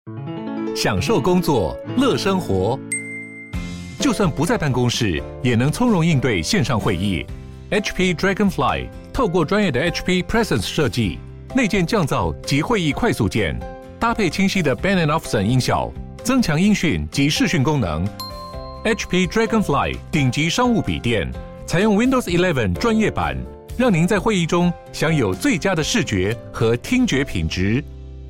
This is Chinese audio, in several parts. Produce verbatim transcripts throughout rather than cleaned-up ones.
享受工作，乐生活。就算不在办公室，也能从容应对线上会议。H P Dragonfly 透过专业的 H P Presence 设计，内建降噪及会议快速键，搭配清晰的 Bang and Olufsen 音效，增强音讯及视讯功能。H P Dragonfly 顶级商务笔电，采用 Windows 十一专业版，让您在会议中享有最佳的视觉和听觉品质。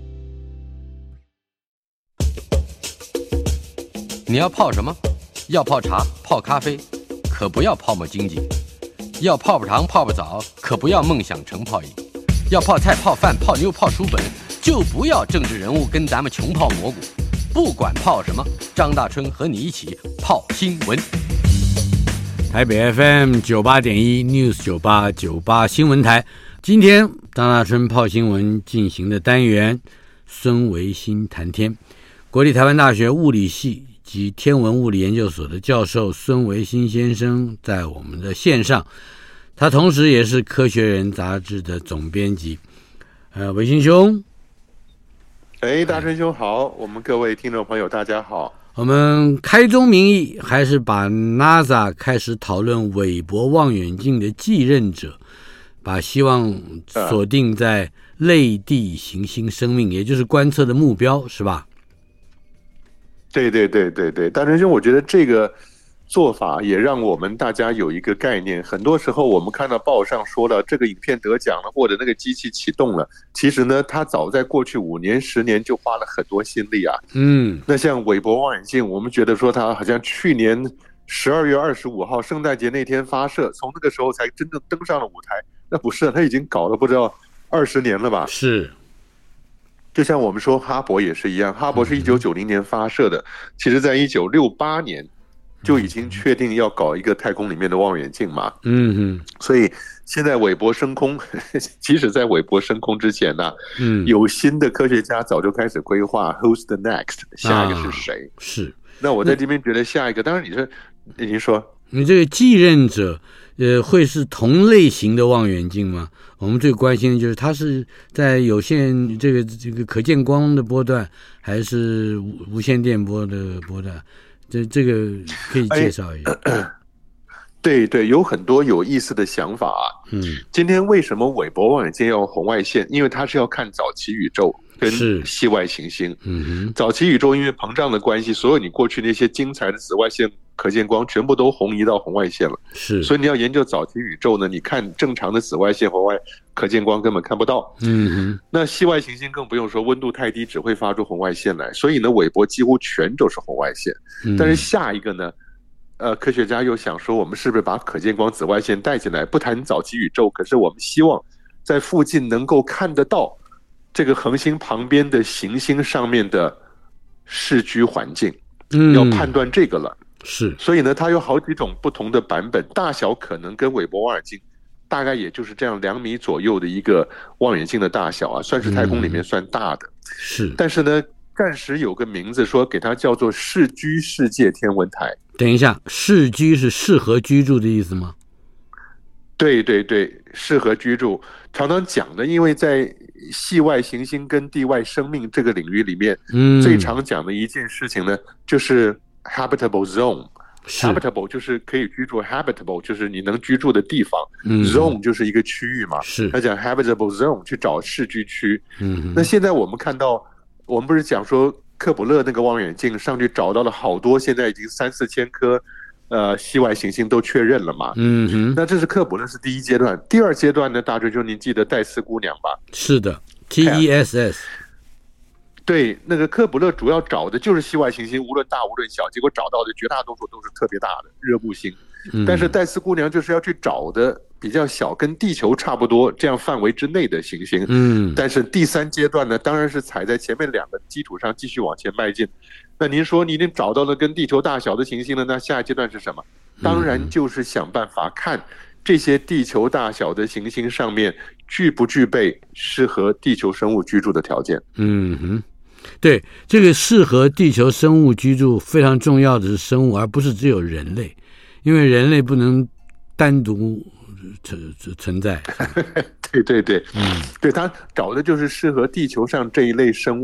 你要泡什么？要泡茶、泡咖啡，可不要泡沫经济；要泡泡糖、泡泡澡，可不要梦想成泡影；要泡菜、泡饭、泡妞、泡书本，就不要政治人物跟咱们穷泡蘑菇。不管泡什么，张大春和你一起泡新闻。 台北 F M 九八点一 News 九八九八新闻台，今天张大春泡新闻进行的单元，孙维新谈天。国立台湾大学物理系及天文物理研究所的教授孙维新先生在我们的线上，他同时也是科学人杂志的总编辑。呃，维新兄， 哎，大春兄好，我们各位听众朋友大家好。 我们开宗明义，还是把 NASA 开始讨论韦伯望远镜的继任者，把希望锁定在类地行星生命，也就是观测的目标，是吧？ 对对对对对，大春兄，我觉得这个做法也让我们大家有一个概念。很多时候我们看到报上说了这个影片得奖了，或者那个机器启动了，其实呢，它早在过去五年、十年就花了很多心力啊。嗯，那像韦伯望远镜，我们觉得说它好像去年十二月二十五号圣诞节那天发射，从那个时候才真正登上了舞台。那不是，它已经搞了不知道二十年了吧？ 是。 就像我们说哈勃也是一样，哈勃是一九九零年发射的，其实在一九六八年就已经确定要搞一个太空里面的望远镜嘛。嗯嗯，所以现在韦伯升空，即使在韦伯升空之前呢、啊，嗯，有新的科学家早就开始规划 Who's the next， 下一个是谁？啊、 是。 那我在这边觉得下一个，当然你说，您说， 你这个继任者，呃，会是同类型的望远镜吗？我们最关心的就是它是在有线这个这个可见光的波段，还是无无线电波的波段？这这个可以介绍一下。哎、 对对，有很多有意思的想法啊。嗯，今天为什么韦伯望远镜要用红外线？因为它是要看早期宇宙跟系外行星。嗯哼，早期宇宙因为膨胀的关系，所有你过去那些精彩的紫外线可见光全部都红移到红外线了。是，所以你要研究早期宇宙呢，你看正常的紫外线、红外可见光根本看不到。嗯哼，那系外行星更不用说，温度太低只会发出红外线来。所以呢，韦伯几乎全都是红外线。嗯、但是下一个呢？呃，科学家又想说，我们是不是把可见光紫外线带进来？不谈早期宇宙，可是我们希望在附近能够看得到这个恒星旁边的行星上面的视居环境，嗯，要判断这个了。是，所以呢，它有好几种不同的版本，大小可能跟韦伯望远镜大概也就是这样两米左右的一个望远镜的大小啊，算是太空里面算大的。嗯、是，但是呢，暂时有个名字说给它叫做视居世界天文台。 等一下，视居是适合居住的意思吗？ 对对对，适合居住。常常讲的，因为在系外行星跟地外生命这个领域里面，嗯，最常讲的一件事情呢，就是 habitable zone。habitable 就是可以居住 ，habitable 就是你能居住的地方、嗯、，zone 就是一个区域嘛。是，他讲 habitable zone 去找市居区。嗯，那现在我们看到，我们不是讲说克卜勒那个望远镜上去找到了好多，现在已经三四千颗，呃，系外行星都确认了嘛。嗯哼，那这是克卜勒是第一阶段，第二阶段呢，大追就您记得戴斯姑娘吧？ 是的 ，T E S S。 对，那个克卜勒主要找的就是系外行星，无论大无论小，结果找到的绝大多数都是特别大的热木星。嗯、但是戴斯姑娘就是要去找的比较小，跟地球差不多这样范围之内的行星。嗯，但是第三阶段呢，当然是踩在前面两个基础上继续往前迈进。那您说你已经找到了跟地球大小的行星了，那下一阶段是什么？当然就是想办法看这些地球大小的行星上面具不具备适合地球生物居住的条件。 嗯哼。对，这个适合地球生物居住非常重要的是生物，而不是只有人类，因为人类不能单独存存在。 对对对，嗯，对，他找的就是适合地球上这一类生物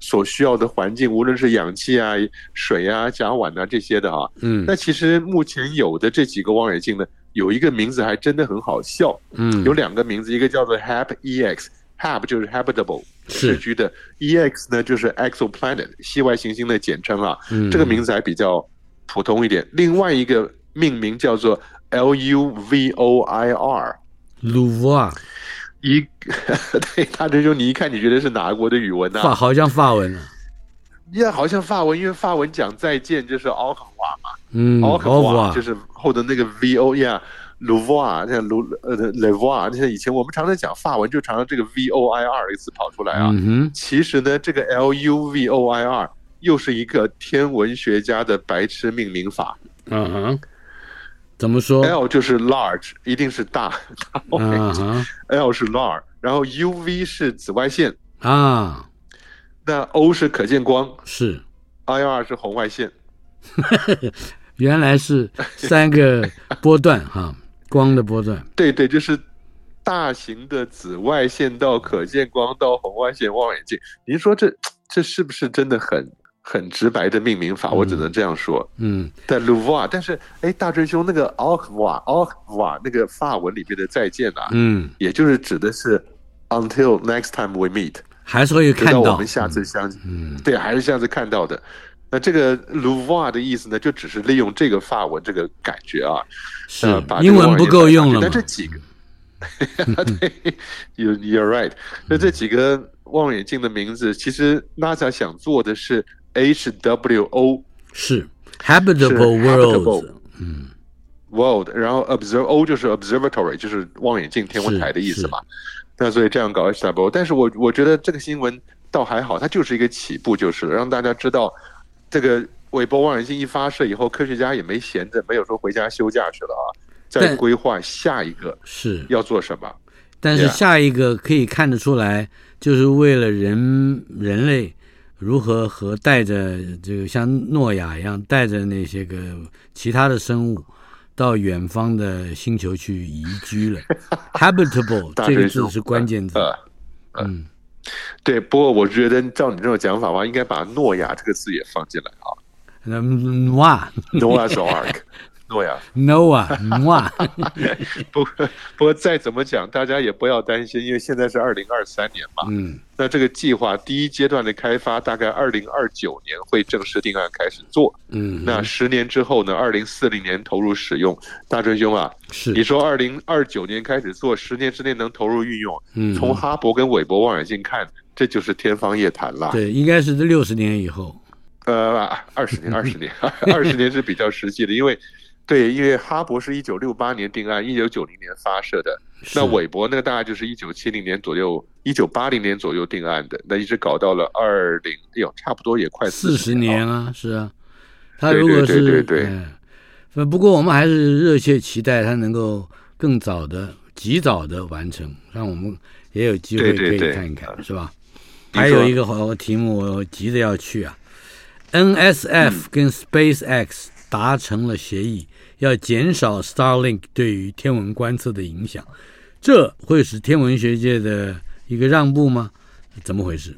所需要的环境，无论是氧气啊、水啊、甲烷啊这些的啊。 嗯， 那其实目前有的这几个望远镜呢，有一个名字还真的很好笑。 嗯， 有两个名字，一个叫做 H A B E X，H A B 就是 habitable 是适居的 ，E X 呢就是 exoplanet 系外行星的简称啊。 嗯， 这个名字还比较普通一点。另外一个命名叫做 L U V O I R，LUVOIR。一对，大师兄，你一看你觉得是哪国的语文呢、啊？ 法好像法文啊， 也、yeah, 好像法文，因为法文讲再见就是 au revoir 嘛， 嗯 au revoir 就是后的那个 V O 呀 ，revoir 像 le 呃 revoir， 像以前我们常常讲法文就常常这个 V O I R 一次跑出来啊。 嗯哼， 其实呢，这个 L U V O I R 又是一个天文学家的白痴命名法。 嗯哼。怎么说 ？L 就是 large， 一定是大大、 uh-huh. L 是 large， 然后 U V 是紫外线啊， 那 O 是可见光， 是 I R 是红外线。 原来是三个波段哈，光的波段。 对对，就是大型的紫外线到可见光到红外线望远镜。您说这这是不是真的很？很直白的命名法，我只能这样说。 嗯， 但 LUVOIR， 但是哎，大真兄那个 au revoir au revoir 那个法文里面的再见啊， 嗯， 也就是指的是 until next time we meet， 还是会看到， 直到我们下次相见。嗯，对，还是下次看到的。那这个 LUVOIR 的意思呢，就只是利用这个法文这个感觉啊， 是、 呃、把英文不够用了嘛？ 但这几个，对 ，you you're right。那这几个望远镜的名字，其实 NASA 想做的是。H W O 是 habitable world， 嗯 ，world， 然后 observe O 就是 observatory， 就是望远镜天文台的意思嘛。那所以这样搞 H W O， 但是我我觉得这个新闻倒还好，它就是一个起步，就是了让大家知道，这个韦伯望远镜一发射以后，科学家也没闲着，没有说回家休假去了啊，再规划下一个是要做什么。 但是下一个可以看得出来，就是为了人人类。如何和带着这个像诺亚一样带着那些个其他的生物到远方的星球去移居了habitable 这个字是关键字。 呃呃、嗯，对。不过我觉得照你这种讲法的话，应该把诺亚这个字也放进来啊。 Noah Noah's Ark 诺亚 Noah Noah 不不过再怎么讲，大家也不要担心，因为现在是二零二三年嘛。 嗯。 那这个计划第一阶段的开发大概二零二九年会正式定案开始做， 嗯， 那十年之后呢，二零四零年投入使用。大真兄啊， 是你说二零二九年开始做，十年之内能投入运用， 嗯， 从哈勃跟韦伯望远镜看，这就是天方夜谭了。 对，应该是六十年以后， 呃，二十年，二十年，二十年是比较实际的，因为。对，因为哈勃是一九六八年定案，一九九零年发射的。那韦伯那个大概就是一九七零年左右，一九八零年左右定案的，那一直搞到了二零，哎呦，差不多也快四十年啊，是啊。他如果是对对对对、 哎，不过我们还是热切期待他能够更早的、及早的完成，让我们也有机会可以看一看，对对对是吧？还有一个好题目，我急着要去啊 ，N S F 跟 SpaceX 达成了协议。要减少 Starlink 对于天文观测的影响，这会使天文学界的一个让步吗？怎么回事？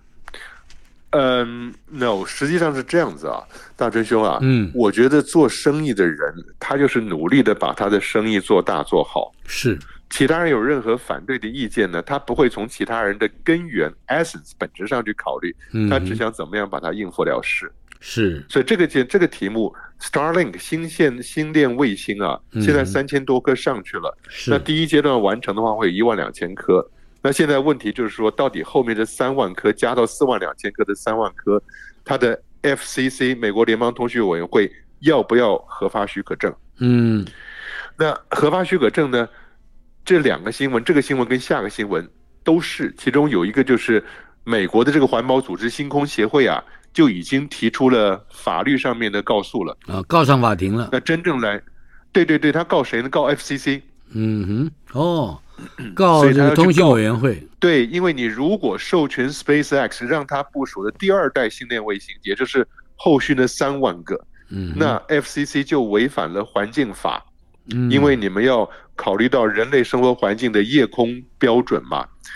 嗯 ，no， 实际上是这样子啊，大真兄啊， 嗯， 我觉得做生意的人，他就是努力的把他的生意做大做好。 是， 其他人有任何反对的意见呢，他不会从其他人的根源 essence 本质上去考虑，他只想怎么样把它应付了事。 是， 所以这个这个题目 Starlink 星线星链卫星啊，现在三千多颗上去了，那第一阶段完成的话会有一万两千颗。那现在问题就是说，到底后面的三万颗加到四万两千颗的三万颗，它的 F C C 美国联邦通讯委员会要不要核发许可证？ 嗯， 那核发许可证呢？这两个新闻，这个新闻跟下个新闻都是，其中有一个就是美国的这个环保组织星空协会啊。就已经提出了法律上面的告诉了啊，告上法庭了。 那真正来，对对对，他告谁呢？告 F C C。 嗯哼，哦，告这个通信委员会。 对，因为你如果授权 SpaceX 让他部署的第二代星链卫星，也就是后续的三万个， 嗯， 那 F C C 就违反了环境法， 嗯， 因为你们要考虑到人类生活环境的夜空标准嘛。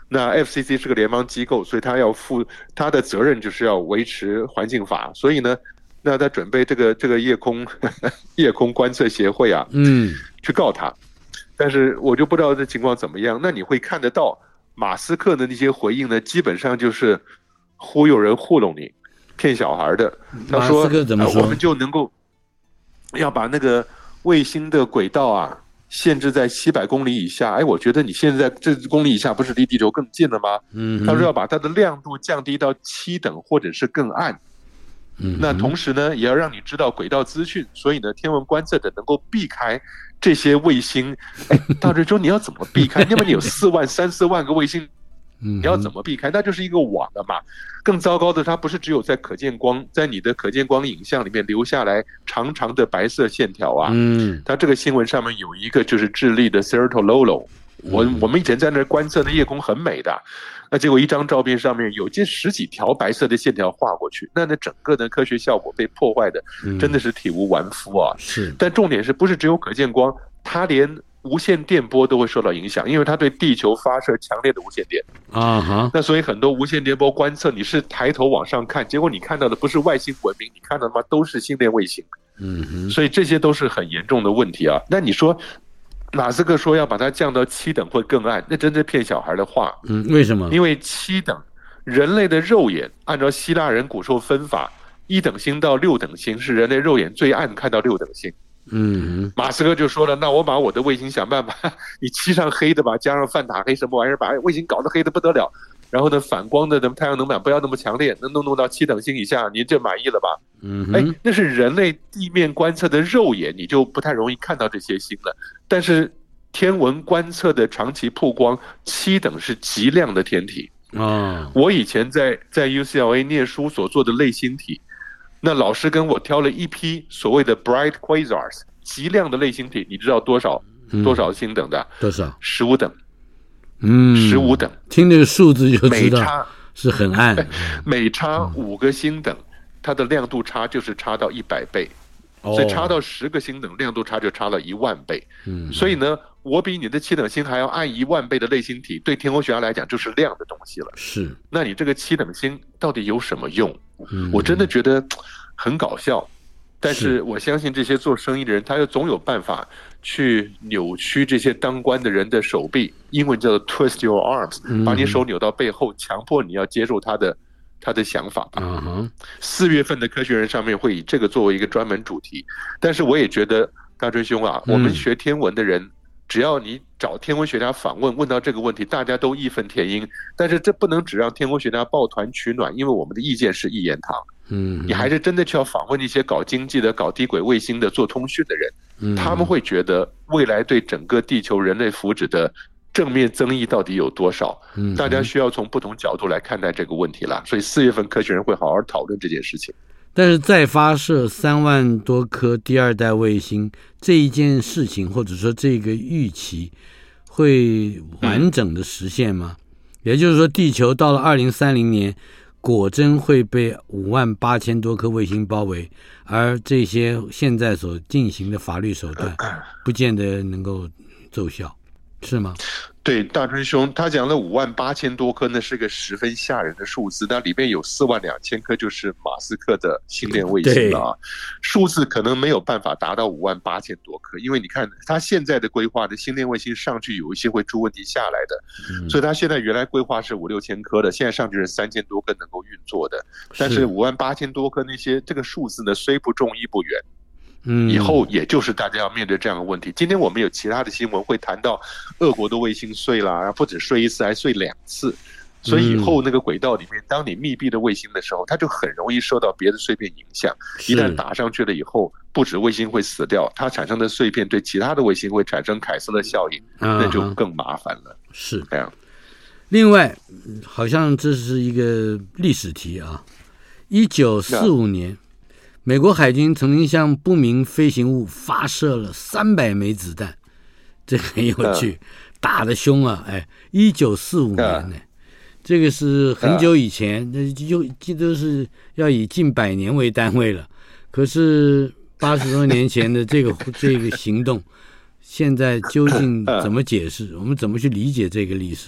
那 F C C 是个联邦机构，所以他要负他的责任就是要维持环境法，所以呢，那他准备这个这个夜空呵呵夜空观测协会啊， 嗯， 去告他，但是我就不知道这情况怎么样。那你会看得到马斯克的那些回应呢，基本上就是忽悠人糊弄你，骗小孩的。他说， 马斯克怎么说？ 呃、我们就能够要把那个卫星的轨道啊限制在七百公里以下。哎，我觉得你现在这公里以下不是离地球更近了吗？ 嗯， 他说要把它的亮度降低到七等或者是更暗。 嗯， 那同时呢，也要让你知道轨道资讯，所以呢，天文观测者能够避开这些卫星。哎，大致说你要怎么避开？因为你有四万、三四万个卫星。你要怎么避开？那就是一个网了嘛。更糟糕的，它不是只有在可见光，在你的可见光影像里面留下来长长的白色线条啊。 嗯， 它这个新闻上面有一个就是智利的 Cerro Lolo， 我我们以前在那观测的夜空很美的，那结果一张照片上面有这十几条白色的线条画过去，那那整个的科学效果被破坏的真的是体无完肤啊。 是， 但重点是不是只有可见光，它连无线电波都会受到影响，因为它对地球发射强烈的无线电啊哈。 那所以很多无线电波观测，你是抬头往上看，结果你看到的不是外星文明，你看到的嘛都是星链卫星。 嗯哼， 所以这些都是很严重的问题啊。那你说，马斯克说要把它降到七等或更暗，那真是骗小孩的话。 嗯，为什么？ 因为七等，人类的肉眼按照希腊人古时候分法，一等星到六等星是人类肉眼最暗看到六等星。 嗯， 马斯克就说了，那我把我的卫星想办法，你漆上黑的吧，加上泛塔黑什么玩意儿，把卫星搞得黑的不得了。然后呢，反光的太阳能板不要那么强烈，能弄弄到七等星以下，您这满意了吧？ 嗯， 哎，那是人类地面观测的肉眼，你就不太容易看到这些星了。但是天文观测的长期曝光，七等是极亮的天体啊、哦。我以前在在 U C L A 念书所做的类星体。那老师跟我挑了一批所谓的 bright quasars 极亮的类星体，你知道多少、嗯、多少星等的？ 多少？ 十五等。 嗯， 十五等。 听这个数字就知道是很暗。 每差五个星等，它的亮度差就是差到一百倍，哦、所以差到十个星等，亮度差就差了一万倍。嗯，所以呢，我比你的七等星还要暗一万倍的类星体，对天文学家来讲就是亮的东西了。 是。 那你这个七等星到底有什么用？嗯、我真的觉得很搞笑，但是我相信这些做生意的人，他又总有办法去扭曲这些当官的人的手臂，英文叫做 twist your arms，、嗯、把你手扭到背后，强迫你要接受他的他的想法吧。嗯、四月份的科学人上面会以这个作为一个专门主题，但是我也觉得大春兄啊，我们学天文的人。嗯，只要你找天文学家访问，问到这个问题，大家都义愤填膺。但是这不能只让天文学家抱团取暖，因为我们的意见是一言堂。嗯，你还是真的去要访问一些搞经济的、搞低轨卫星的、做通讯的人，嗯、他们会觉得未来对整个地球人类福祉的正面增益到底有多少？嗯，大家需要从不同角度来看待这个问题了。所以四月份科学人会好好讨论这件事情。 但是再发射三万多颗第二代卫星这一件事情，或者说这个预期会完整的实现吗？嗯、也就是说地球到了二零三零年果真会被五万八千多颗卫星包围，而这些现在所进行的法律手段不见得能够奏效，是吗？ 对，大春兄他讲了五万八千多颗，那是个十分吓人的数字。那里面有四万两千颗就是马斯克的星链卫星了啊，数字可能没有办法达到五万八千多颗，因为你看他现在的规划的星链卫星上去有一些会出问题下来的，嗯、所以他现在原来规划是五六千颗的，现在上去是三千多颗能够运作的。但是五万八千多颗那些这个数字呢，虽不中亦不远。嗯，以后也就是大家要面对这样的问题。今天我们有其他的新闻会谈到，俄国的卫星碎啦，不止碎一次，还碎两次。所以以后那个轨道里面，当你密闭的卫星的时候，它就很容易受到别的碎片影响。一旦打上去了以后，不止卫星会死掉，它产生的碎片对其他的卫星会产生凯斯勒效应，嗯、那就更麻烦了。 是这样。 另外，好像这是一个历史题啊，一九四五年。美国海军曾经向不明飞行物发射了三百枚子弹，这很有趣，嗯、打得凶啊！哎，一九四五年呢，嗯、这个是很久以前，那、嗯、就这都是要以近百年为单位了。可是八十多年前的这个这个行动，现在究竟怎么解释？我们怎么去理解这个历史？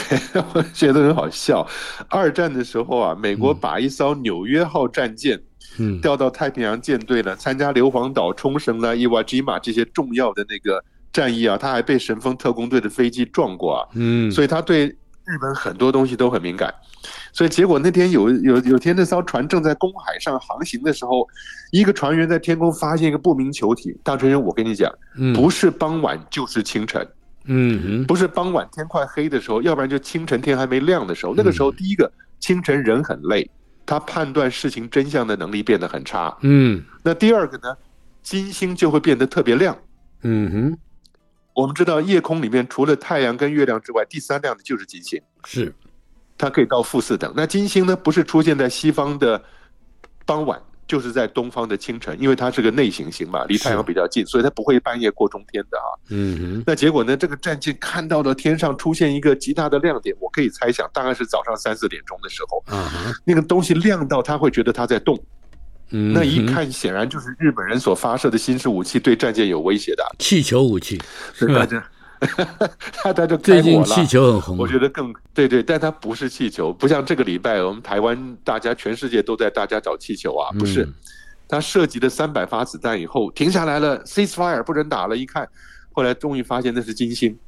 我觉得很好笑。二战的时候啊，美国把一艘纽约号战舰嗯，调到太平洋舰队了，参加硫磺岛、冲绳啦、伊瓦吉马这些重要的那个战役啊，他还被神风特工队的飞机撞过啊，嗯，所以他对日本很多东西都很敏感。所以结果那天有有有天那艘船正在公海上航行的时候，一个船员在天空发现一个不明球体。大成人，我跟你讲，不是傍晚就是清晨。嗯，不是傍晚天快黑的时候，要不然就清晨天还没亮的时候。那个时候，第一个清晨人很累，他判断事情真相的能力变得很差。嗯，那第二个呢，金星就会变得特别亮。嗯哼，我们知道夜空里面除了太阳跟月亮之外，第三亮的就是金星。 是， 它可以到负四等。那金星呢，不是出现在西方的傍晚，就是在东方的清晨，因为它是个内行星嘛，离太阳比较近，所以它不会半夜过中天的啊。嗯哼。那结果呢，这个战舰看到了天上出现一个极大的亮点，我可以猜想，大概是早上三四点钟的时候，嗯、那个东西亮到他会觉得它在动。嗯，那一看显然就是日本人所发射的新式武器对战舰有威胁的气球武器， 是吧？他他就最近气球很红， 我觉得更对对，但它不是气球，不像这个礼拜我们台湾大家全世界都在大家找气球啊，不是，他射击了三百发子弹以后停下来了 ，ceasefire 不准打了，一看，后来终于发现那是金星，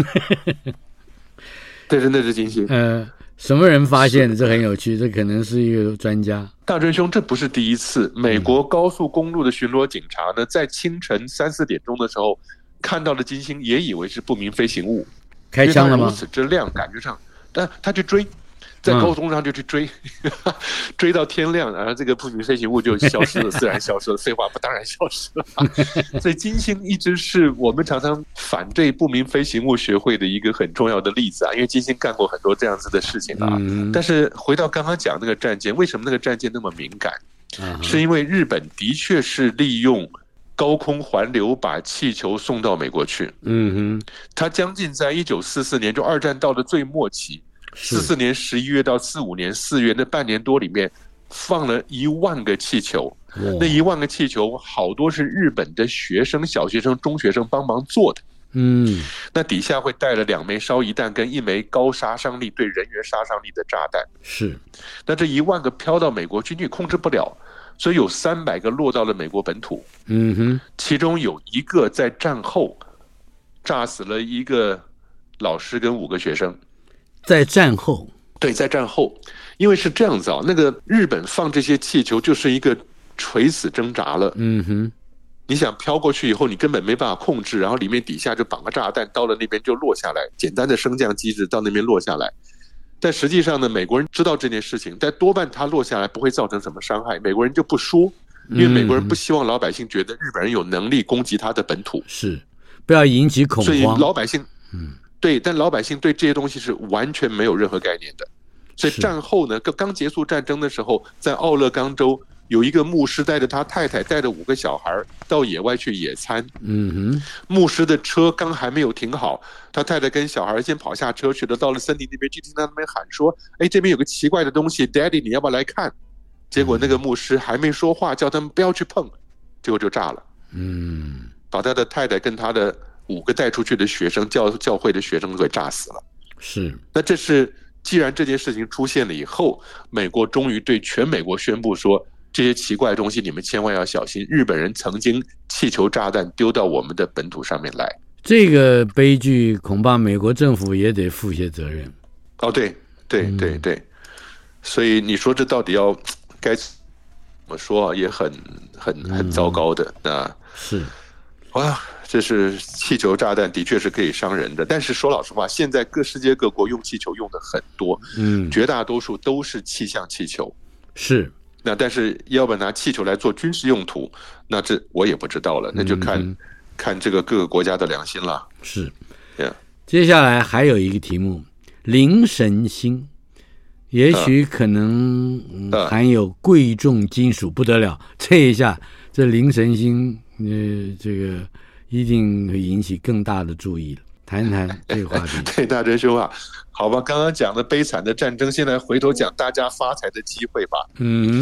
这是那是金星， 呃，什么人发现的？这很有趣，这可能是一个专家。 大真兄，这不是第一次，美国高速公路的巡逻警察呢，在清晨三四点钟的时候。看到了金星，也以为是不明飞行物， 开枪了吗？ 如此之亮，感觉上，但他去追，在高速上就去追，嗯、追到天亮，然后这个不明飞行物就消失了，自然消失了。废话不当然消失了。所以金星一直是我们常常反对不明飞行物学会的一个很重要的例子啊，因为金星干过很多这样子的事情啊。嗯、但是回到刚刚讲那个战舰，为什么那个战舰那么敏感？嗯、是因为日本的确是利用。高空环流把气球送到美国去。嗯哼，他将近在一九四四年，就二战到了最末期，四四年十一月到四五年四月那半年多里面，放了一万个气球。那一万个气球，好多是日本的学生、小学生、中学生帮忙做的。嗯，那底下会带了两枚烧夷弹跟一枚高杀伤力、对人员杀伤力的炸弹。 是， 那这一万个飘到美国去，你控制不了。所以有三百个落到了美国本土，嗯哼，其中有一个在战后炸死了一个老师跟五个学生， 在战后， 对，在战后，因为是这样子啊，那个日本放这些气球就是一个垂死挣扎了，嗯哼，你想飘过去以后，你根本没办法控制，然后里面底下就绑个炸弹，到了那边就落下来，简单的升降机制到那边落下来。但实际上呢，美国人知道这件事情，但多半它落下来不会造成什么伤害，美国人就不说，因为美国人不希望老百姓觉得日本人有能力攻击他的本土， 是不要引起恐慌。 所以老百姓，嗯，对，但老百姓对这些东西是完全没有任何概念的。所以战后呢，刚结束战争的时候，在奥勒冈州有一个牧师带着他太太带着五个小孩到野外去野餐。嗯哼，牧师的车刚还没有停好，他太太跟小孩先跑下车去了，到了森林那边去听他那边喊说：“哎，这边有个奇怪的东西 ，Daddy， 你要不要来看？”结果那个牧师还没说话，叫他们不要去碰，结果就炸了。嗯，把他的太太跟他的五个带出去的学生教教会的学生给炸死了。 是， 那这是既然这件事情出现了以后，美国终于对全美国宣布说。这些奇怪的东西你们千万要小心，日本人曾经气球炸弹丢到我们的本土上面来。这个悲剧恐怕美国政府也得负些责任。 哦，对对对对、嗯、所以你说这到底要该怎么说也很很很糟糕的、嗯、啊。 是， 哇，这是气球炸弹的确是可以伤人的，但是说老实话，现在各世界各国用气球用的很多，嗯，绝大多数都是气象气球。 是。 那但是要不要拿气球来做军事用途，那这我也不知道了，那就看、嗯、看这个各个国家的良心了。 是， yeah. 接下来还有一个题目，灵神星，也许可能、嗯嗯、含有贵重金属，不得了，这一下这灵神星，呃，这个一定会引起更大的注意了。谈谈这个话题。 对，大真兄啊，好吧，刚刚讲的悲惨的战争，现在回头讲大家发财的机会吧。嗯，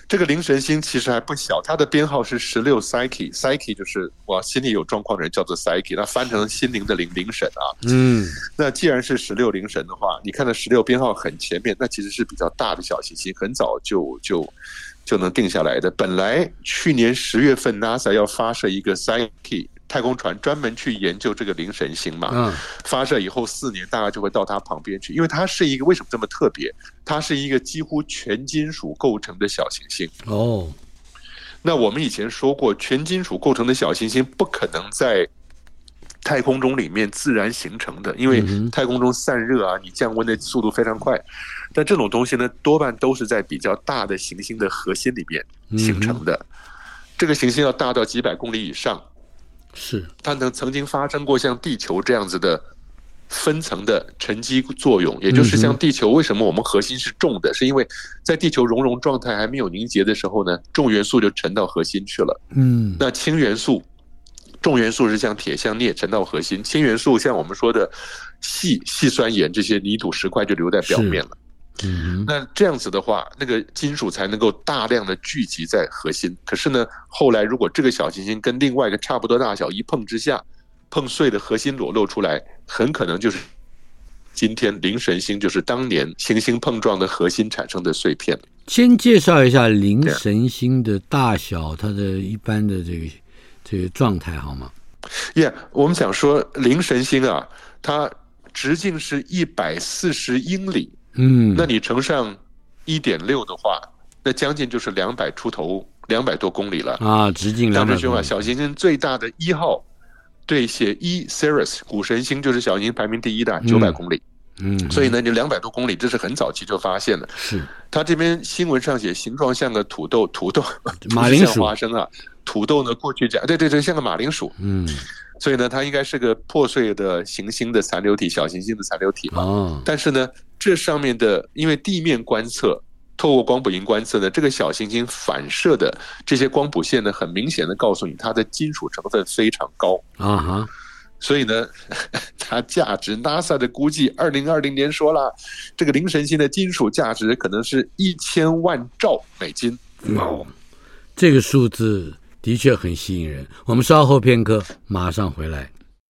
这个灵神星其实还不小，它的编号是十六 Psyche， Psyche 就是哇心里有状况的人叫做 Psyche， 那翻成心灵的灵灵神啊。嗯，那既然是十六灵神的话，你看到十六编号很前面，那其实是比较大的小行星，很早就就就能定下来的。本来去年十月份 NASA 要发射一个 Psyche太空船专门去研究这个灵神星嘛，嗯，发射以后四年大概就会到它旁边去，因为它是一个为什么这么特别？它是一个几乎全金属构成的小行星。哦，那我们以前说过，全金属构成的小行星不可能在太空中里面自然形成的，因为太空中散热啊，你降温的速度非常快。但这种东西呢，多半都是在比较大的行星的核心里面形成的。这个行星要大到几百公里以上。是，它能曾经发生过像地球这样子的分层的沉积作用，也就是像地球为什么我们核心是重的，是因为在地球熔融状态还没有凝结的时候呢，重元素就沉到核心去了。嗯，那轻元素，重元素是像铁像镍沉到核心，轻元素像我们说的细细酸盐这些泥土石块就留在表面了。嗯，那这样子的话，那个金属才能够大量的聚集在核心。可是呢，后来如果这个小行星跟另外一个差不多大小一碰之下，碰碎的核心裸露出来，很可能就是今天灵神星，就是当年行星碰撞的核心产生的碎片。 先介绍一下灵神星的大小，它的一般的这个这个状态好吗？ Yeah， 我们想说灵神星啊，它直径是一百四十英里。嗯，那你乘上 一点六 的话，那将近就是两百出头，两百多公里了啊！直径两百多公里。 小行星最大的一号，对，写一 Ceres 谷神星就是小行星排名第一的，九百公里。嗯，所以呢，你两百多公里，这是很早期就发现的。是，它这边新闻上写形状像个土豆，土豆马铃薯像花生啊，土豆呢过去讲，对对对，像个马铃薯。嗯。所以呢，它应该是个破碎的行星的残留体，小行星的残留体嘛。哦。但是呢，这上面的因为地面观测，透过光谱仪观测呢，这个小行星反射的这些光谱线呢，很明显的告诉你它的金属成分非常高啊哈。所以呢，它价值 NASA 的估计，二零二零年说了，这个灵神星的金属价值可能是一千万兆美金。 哦，这个数字的确很吸引人。我们稍后片刻马上回来。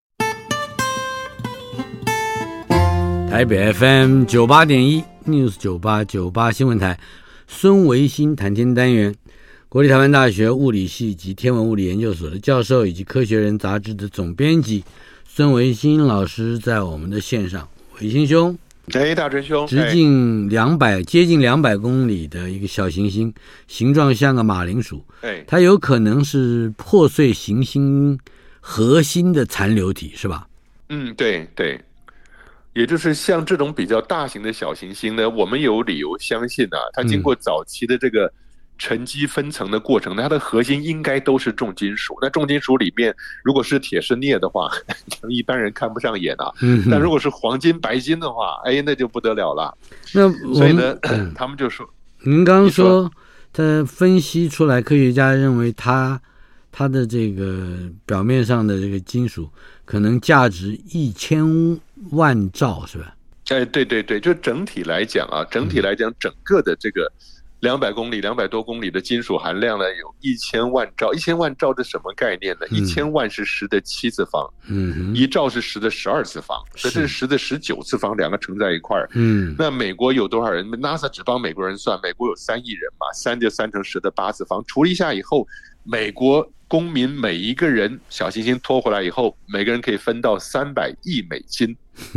台北 F M 九十八点一 News 九八九八新闻台，孙维新谈天单元，国立台湾大学物理系及天文物理研究所的教授，以及科学人杂志的总编辑孙维新老师在我们的线上。维新兄， 哎，大真兄， 直径两百、哎、接近两百公里的一个小行星，形状像个马铃薯。哎，它有可能是破碎行星核心的残留体，是吧？ 嗯，对对。也就是像这种比较大型的小行星呢，我们有理由相信啊，它经过早期的这个沉积分层的过程，它的核心应该都是重金属。那重金属里面，如果是铁是镍的话，一般人看不上眼啊。嗯、但如果是黄金、白金的话，哎，那就不得了了。 那所以呢，他们就说， 您刚刚说，他分析出来，科学家认为它它的这个表面上的这个金属可能价值一千万兆，是吧？ 哎，对对对，就整体来讲啊，整体来讲，整个的这个两百公里、两百多公里的金属含量呢，有一千万兆。一千万兆是什么概念呢？一千万是十的七次方，嗯，一兆是十的十二次方，所以这是十的十九次方，两个乘在一块儿。嗯，那美国有多少人 ？NASA 只帮美国人算，美国有三亿人嘛，三就三乘十的八次方，除了一下以后，美国公民每一个人小行星拖回来以后，每个人可以分到三百亿美金。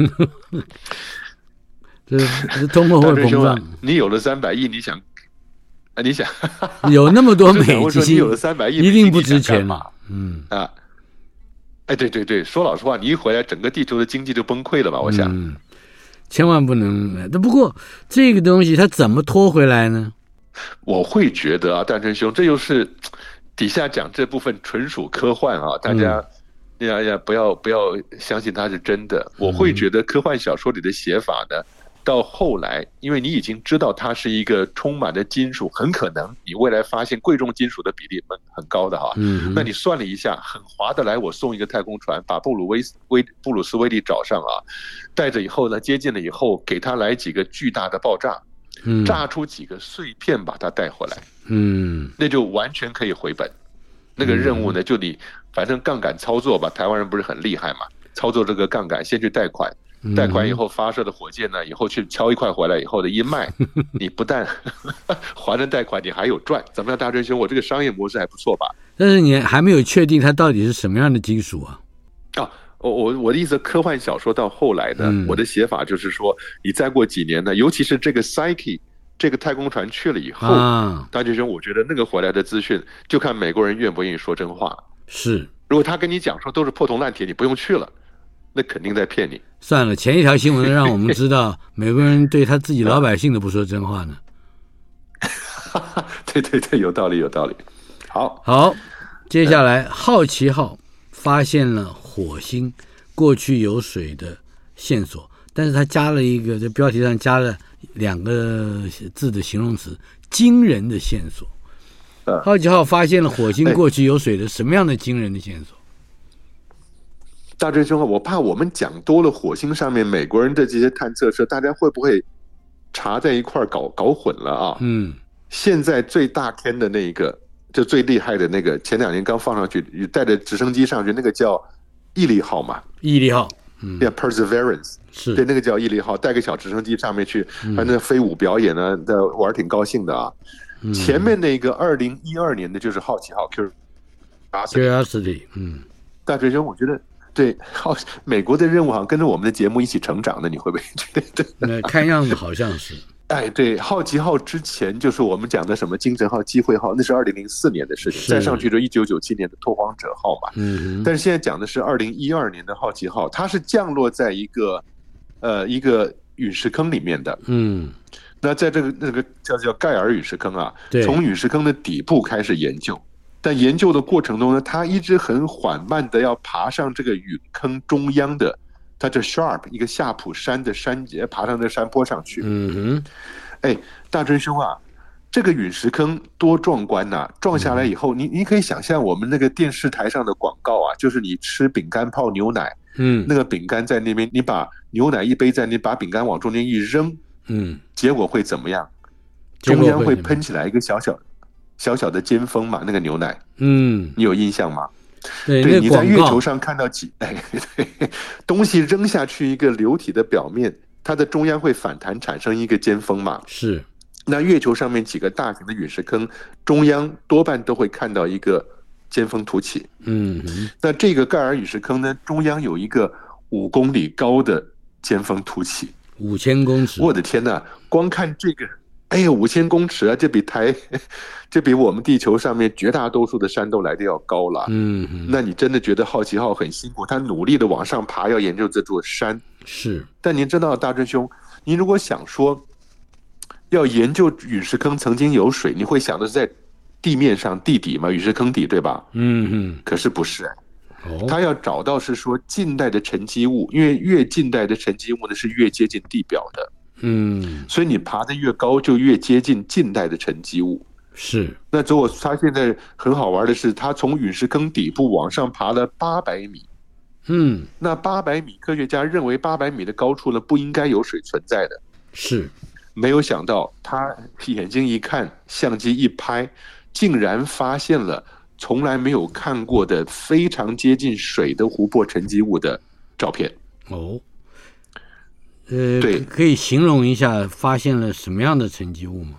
这通货会膨胀。 你有了三百亿，你想，啊，你想有那么多美金， 你有了三百亿， 一定不值钱嘛？ 嗯啊，哎，对对对，说老实话，你一回来，整个地球的经济就崩溃了吧？我想， 嗯、千万不能。不过这个东西它怎么拖回来呢？ 我会觉得啊，诞生兄，这又是底下讲这部分纯属科幻啊，大家。嗯呀呀，不要不要相信它是真的。我会觉得科幻小说里的写法呢，到后来，因为你已经知道它是一个充满了金属，很可能你未来发现贵重金属的比例很很高的哈。嗯，那你算了一下，很划得来。我送一个太空船，把布鲁威威布鲁斯威利找上啊，带着以后呢，接近了以后，给他来几个巨大的爆炸， 嗯， 炸出几个碎片把它带回来， 嗯， 那就完全可以回本。那个任务呢，就你反正杠杆操作吧，台湾人不是很厉害嘛，操作这个杠杆，先去贷款，贷款以后发射的火箭呢，以后去敲一块回来以后的一卖，你不但还了贷款，你还有赚。怎么样，大真兄，我这个商业模式还不错吧？ 但是你还没有确定它到底是什么样的金属啊？ 啊，我我我的意思，科幻小说到后来呢，嗯、我的写法就是说，你再过几年呢，尤其是这个 Psyche 这个太空船去了以后，啊、大真兄，我觉得那个回来的资讯，就看美国人愿不愿意说真话。 是， 如果他跟你讲说都是破铜烂铁，你不用去了，那肯定在骗你。 算了，前一条新闻让我们知道，美国人对他自己老百姓都不说真话呢。 对对对，有道理有道理。好， 好，接下来好奇号发现了火星过去有水的线索，但是他加了一个，在标题上加了两个字的形容词，惊人的线索。好奇号发现了火星过去有水的什么样的惊人的线索？ 大真兄，我怕我们讲多了火星上面美国人的这些探测车，大家会不会查在一块搞搞混了啊？嗯，现在最大坑的那一个，就最厉害的那个，前两年刚放上去，带着直升机上去，那个叫毅力号嘛？ 毅力号，嗯， 叫 Perseverance， 是对，那个叫毅力号，带个小直升机上面去，反正飞舞表演呢，玩挺高兴的啊。嗯、前面那个二零一二年的就是好奇号 Curiosity， 嗯， 大学生，我觉得对，好，美国的任务好像跟着我们的节目一起成长的，你会不会觉得？ 那看样子好像是。 哎，对，好奇号之前就是我们讲的什么精神号、机会号，那是二零零四年的事情，再上去就一九九七年的拓荒者号嘛。嗯，但是现在讲的是二零一二年的好奇号，它是降落在一个呃一个陨石坑里面的。嗯。那在这个那个叫叫盖尔陨石坑啊，从陨石坑的底部开始研究，但研究的过程中呢，它一直很缓慢的要爬上这个陨坑中央的，它叫 Sharp 一个夏普山的山节，爬上这山坡上去。嗯哼，哎，大真兄啊，这个陨石坑多壮观呐、啊！撞下来以后，你你可以想象我们那个电视台上的广告啊，就是你吃饼干泡牛奶，嗯，那个饼干在那边，你把牛奶一杯在，你把饼干往中间一扔。嗯，结果会怎么样？中央会喷起来一个小小小小的尖峰嘛，那个牛奶，嗯，你有印象吗？ 对， 对，你在月球上看到几哎，对，东西扔下去一个流体的表面，它的中央会反弹产生一个尖峰嘛。 是， 那月球上面几个大型的陨石坑中央多半都会看到一个尖峰凸起。嗯，那这个盖尔陨石坑呢，中央有一个五公里高的尖峰凸起。 五千公尺， 我的天哪！光看这个，哎呀，五千公尺啊，这比台，这比我们地球上面绝大多数的山都来得要高了。嗯，那你真的觉得好奇号很辛苦，他努力的往上爬，要研究这座山。 是， 但您知道，大真兄，您如果想说要研究陨石坑曾经有水，你会想的是在地面上地底嘛，陨石坑底，对吧？嗯嗯，可是不是、哎。他要找到是说近代的沉积物，因为越近代的沉积物呢是越接近地表的，嗯，所以你爬得越高就越接近近代的沉积物。 是， 那结果他现在很好玩的是，他从陨石坑底部往上爬了八百米，嗯，那八百米，科学家认为八百米的高处呢不应该有水存在的， 是， 没有想到他眼睛一看，相机一拍，竟然发现了从来没有看过的非常接近水的湖泊沉积物的照片。 哦，呃，对，可以形容一下发现了什么样的沉积物吗？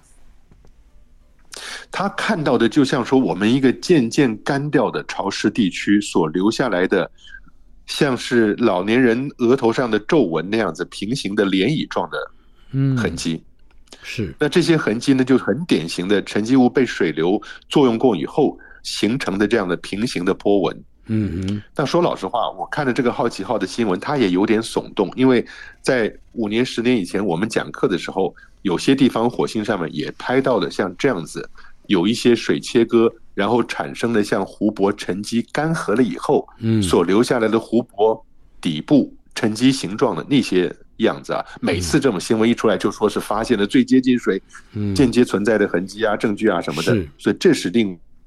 他看到的就像说我们一个渐渐干掉的潮湿地区所留下来的，像是老年人额头上的皱纹那样子平行的涟漪状的痕迹。 嗯、是， 那这些痕迹呢，就很典型的沉积物被水流作用过以后形成的这样的平行的波纹。嗯嗯。但说老实话，我看了这个好奇号的新闻，它也有点耸动，因为在五年十年以前我们讲课的时候，有些地方火星上面也拍到了像这样子有一些水切割，然后产生的像湖泊沉积干涸了以后，嗯，所留下来的湖泊底部沉积形状的那些样子啊，每次这种新闻一出来，就说是发现了最接近水、间接存在的痕迹啊、证据啊什么的，所以这是令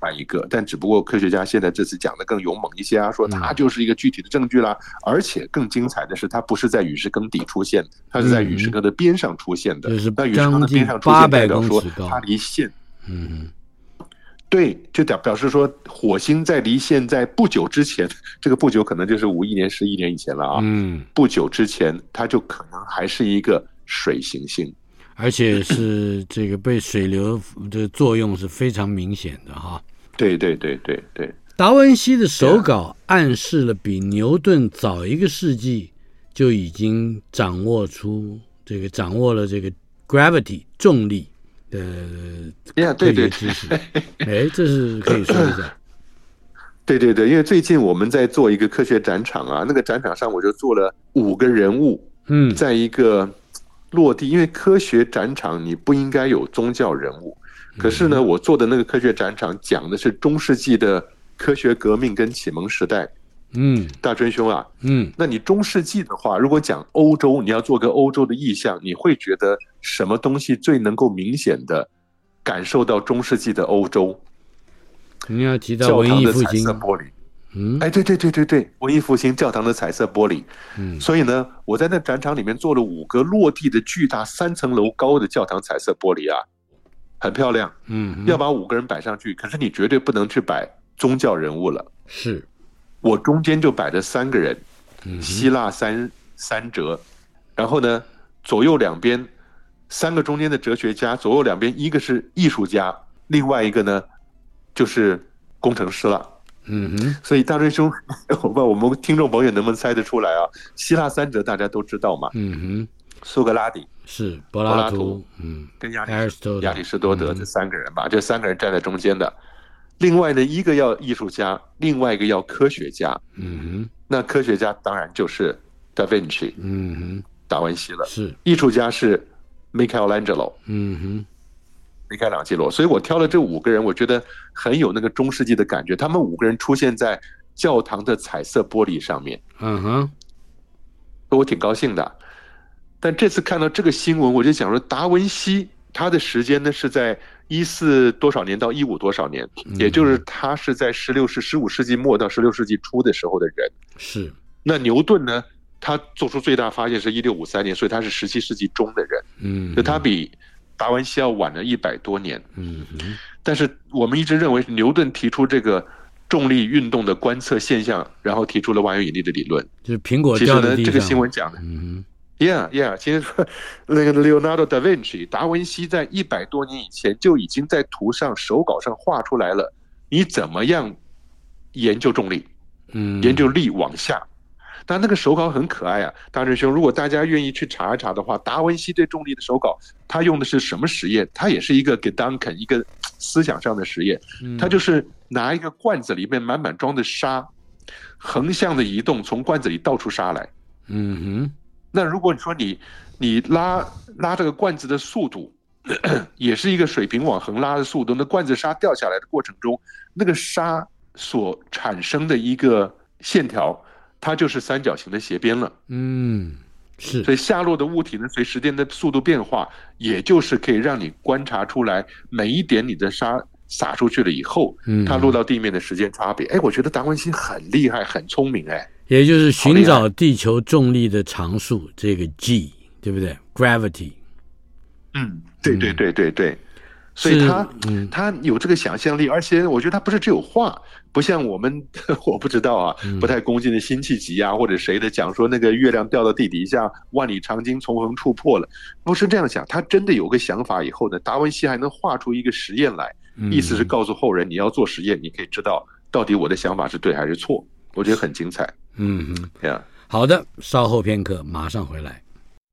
外一个，但只不过科学家现在这次讲的更勇猛一些啊，说它就是一个具体的证据啦，而且更精彩的是，它不是在陨石坑底出现，它是在陨石坑的边上出现的。 就是那陨石坑的边上出现，代表说它离线，嗯，对，就表表示说火星在离现在不久之前，这个不久可能就是五亿年、十亿年以前了啊，嗯，不久之前它就可能还是一个水行星。 而且是这个被水流的作用是非常明显的哈。 对对对对对。 达文西的手稿暗示了比牛顿早一个世纪就已经掌握出这个掌握了这个 gravity 重力的科学知识。哎，这是可以说一下。 对对对，因为最近我们在做一个科学展场啊，那个展场上我就做了五个人物，嗯，在一个落地，因为科学展场你不应该有宗教人物，可是呢，我做的那个科学展场讲的是中世纪的科学革命跟启蒙时代。嗯，大春兄啊，嗯，那你中世纪的话，如果讲欧洲，你要做个欧洲的意象，你会觉得什么东西最能够明显的感受到中世纪的欧洲？ 你要提到文艺复兴， 教堂的彩色玻璃。嗯，哎，对对对对对，文艺复兴教堂的彩色玻璃。嗯，所以呢，我在那展场里面做了五个落地的巨大三层楼高的教堂彩色玻璃啊，很漂亮。嗯，要把五个人摆上去，可是你绝对不能去摆宗教人物了。 是， 我中间就摆着三个人，希腊三三哲，然后呢，左右两边三个中间的哲学家，左右两边一个是艺术家，另外一个呢就是工程师了。嗯哼，所以大追兄，我不知道我们听众朋友能不能猜得出来啊？希腊三哲大家都知道嘛？嗯哼，苏格拉底是柏拉图，嗯， 跟亚里亚里士多德这三个人吧，这三个人站在中间的。另外呢，一个要艺术家，另外一个要科学家。嗯哼，那科学家当然就是达芬奇，嗯哼，达文西了。 是， 艺术家是 Michelangelo。嗯哼。米开朗基罗，所以我挑了这五个人，我觉得很有那个中世纪的感觉。他们五个人出现在教堂的彩色玻璃上面，嗯哼，我挺高兴的。但这次看到这个新闻，我就想说，达文西他的时间呢是在一四多少年到一五多少年，也就是他是在十六世、十五世纪末到十六世纪初的时候的人。 是。那牛顿呢，他做出最大发现是一六五三年，所以他是十七世纪中的人。嗯，就他比达文西要晚了一百多年，嗯，但是我们一直认为牛顿提出这个重力运动的观测现象，然后提出了万有引力的理论， 就是苹果掉的地上。 其实呢，这个新闻讲的，嗯 ，Yeah Yeah， 其实那个 Leonardo da Vinci 达文西在一百多年以前就已经在图上手稿上画出来了，你怎么样研究重力，嗯，研究力往下。但那个手稿很可爱啊，大师兄，如果大家愿意去查一查的话，达文西对重力的手稿，他用的是什么实验？他也是一个给 Duncan 一个思想上的实验，他就是拿一个罐子里面满满装的沙，横向的移动，从罐子里倒出沙来。嗯哼，那如果你说你你拉拉这个罐子的速度，也是一个水平往横拉的速度，那罐子沙掉下来的过程中，那个沙所产生的一个线条，它就是三角形的斜边了。嗯，是。所以下落的物体呢，随时间的速度变化，也就是可以让你观察出来每一点你的沙撒出去了以后，嗯，它落到地面的时间差别。哎，我觉得达文西很厉害，很聪明，哎。 也就是寻找地球重力的常数，这个 G， 对不对 ？Gravity。 嗯，对对对对对。所以他、嗯、他有这个想象力，而且我觉得他不是只有画，不像我们我不知道啊，不太恭敬的辛弃疾啊，或者谁的讲说那个月亮掉到地底下，万里长鲸从横触破了，不是这样想，他真的有个想法以后呢，达文西还能画出一个实验来，意思是告诉后人，你要做实验，你可以知道到底我的想法是对还是错，我觉得很精彩。嗯嗯，对啊。好的，稍后片刻，马上回来。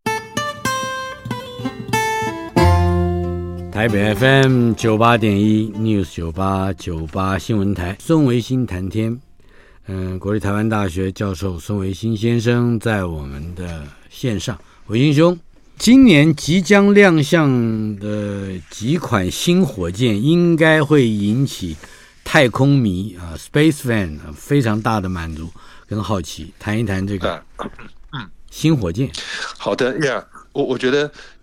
台北 F M 九八点一 News 九八九八新闻台，孙维新谈天。嗯，国立台湾大学教授孙维新先生在我们的线上。维新兄，今年即将亮相的几款新火箭，应该会引起太空迷啊 ，Space Fan 非常大的满足跟好奇。谈一谈这个新火箭。 好的呀，我我觉得。